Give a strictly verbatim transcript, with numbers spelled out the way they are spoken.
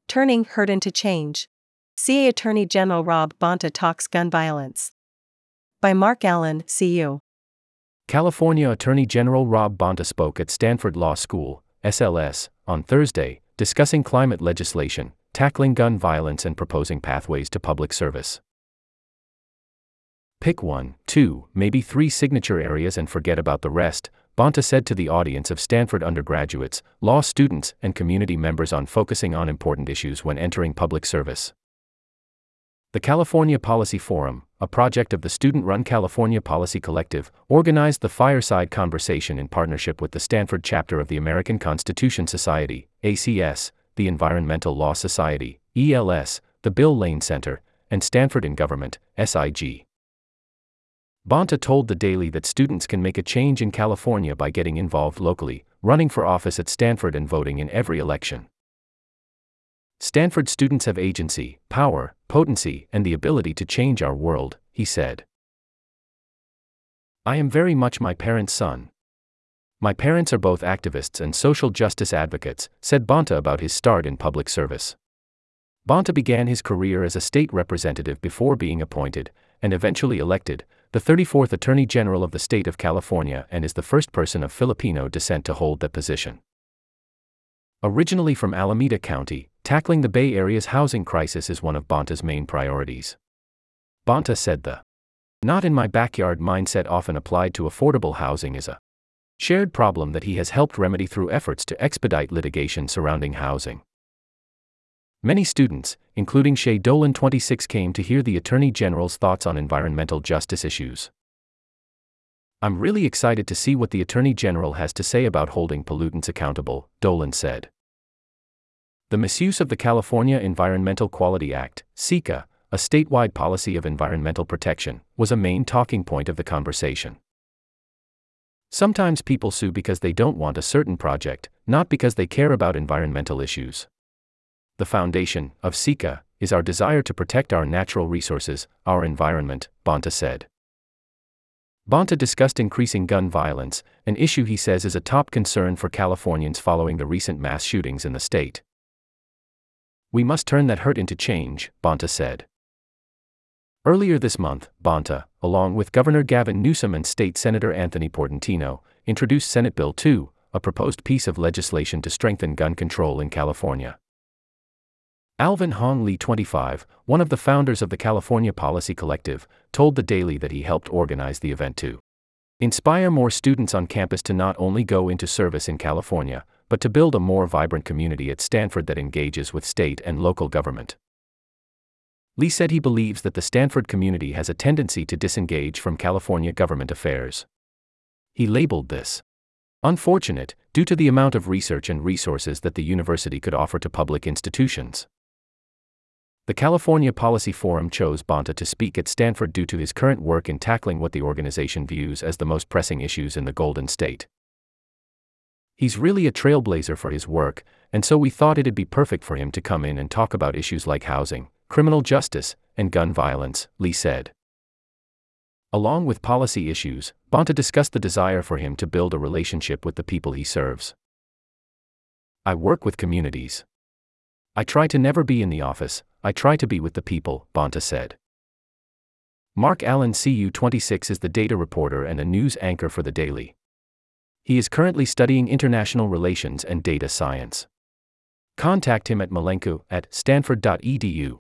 Turning Hurt into Change. C A Attorney General Rob Bonta talks gun violence. By Mark Allen, C U. California Attorney General Rob Bonta spoke at Stanford Law School, S L S, on Thursday, discussing climate legislation, tackling gun violence and proposing pathways to public service. Pick one, two, maybe three signature areas and forget about the rest, Bonta said to the audience of Stanford undergraduates, law students, and community members on focusing on important issues when entering public service. The California Policy Forum, a project of the student-run California Policy Collective, organized the Fireside Conversation in partnership with the Stanford chapter of the American Constitution Society, A C S, the Environmental Law Society, E L S, the Bill Lane Center, and Stanford in Government, S I G. Bonta told The Daily that students can make a change in California by getting involved locally, running for office at Stanford and voting in every election. Stanford students have agency, power, potency, and the ability to change our world, he said. I am very much my parents' son. My parents are both activists and social justice advocates, said Bonta about his start in public service. Bonta began his career as a state representative before being appointed, and eventually elected, the thirty-fourth Attorney General of the state of California and is the first person of Filipino descent to hold that position. Originally from Alameda County, tackling the Bay Area's housing crisis is one of Bonta's main priorities. Bonta said the "not in my backyard" mindset often applied to affordable housing is a shared problem that he has helped remedy through efforts to expedite litigation surrounding housing. Many students, including Shay Dolan twenty-six, came to hear the Attorney General's thoughts on environmental justice issues. I'm really excited to see what the Attorney General has to say about holding pollutants accountable, Dolan said. The misuse of the California Environmental Quality Act, SEQA, a statewide policy of environmental protection, was a main talking point of the conversation. Sometimes people sue because they don't want a certain project, not because they care about environmental issues. The foundation of SEQA is our desire to protect our natural resources, our environment, Bonta said. Bonta discussed increasing gun violence, an issue he says is a top concern for Californians following the recent mass shootings in the state. We must turn that hurt into change, Bonta said. Earlier this month, Bonta, along with Governor Gavin Newsom and State Senator Anthony Portantino, introduced Senate Bill two, a proposed piece of legislation to strengthen gun control in California. Alvin Hong Lee twenty-five, one of the founders of the California Policy Collective, told The Daily that he helped organize the event to inspire more students on campus to not only go into service in California, but to build a more vibrant community at Stanford that engages with state and local government. Lee said he believes that the Stanford community has a tendency to disengage from California government affairs. He labeled this unfortunate, due to the amount of research and resources that the university could offer to public institutions. The California Policy Forum chose Bonta to speak at Stanford due to his current work in tackling what the organization views as the most pressing issues in the Golden State. He's really a trailblazer for his work, and so we thought it'd be perfect for him to come in and talk about issues like housing, criminal justice, and gun violence, Lee said. Along with policy issues, Bonta discussed the desire for him to build a relationship with the people he serves. I work with communities. I try to never be in the office, I try to be with the people, Bonta said. Mark Allen C U twenty-six is the data reporter and a news anchor for The Daily. He is currently studying international relations and data science. Contact him at malenko at stanford dot e d u.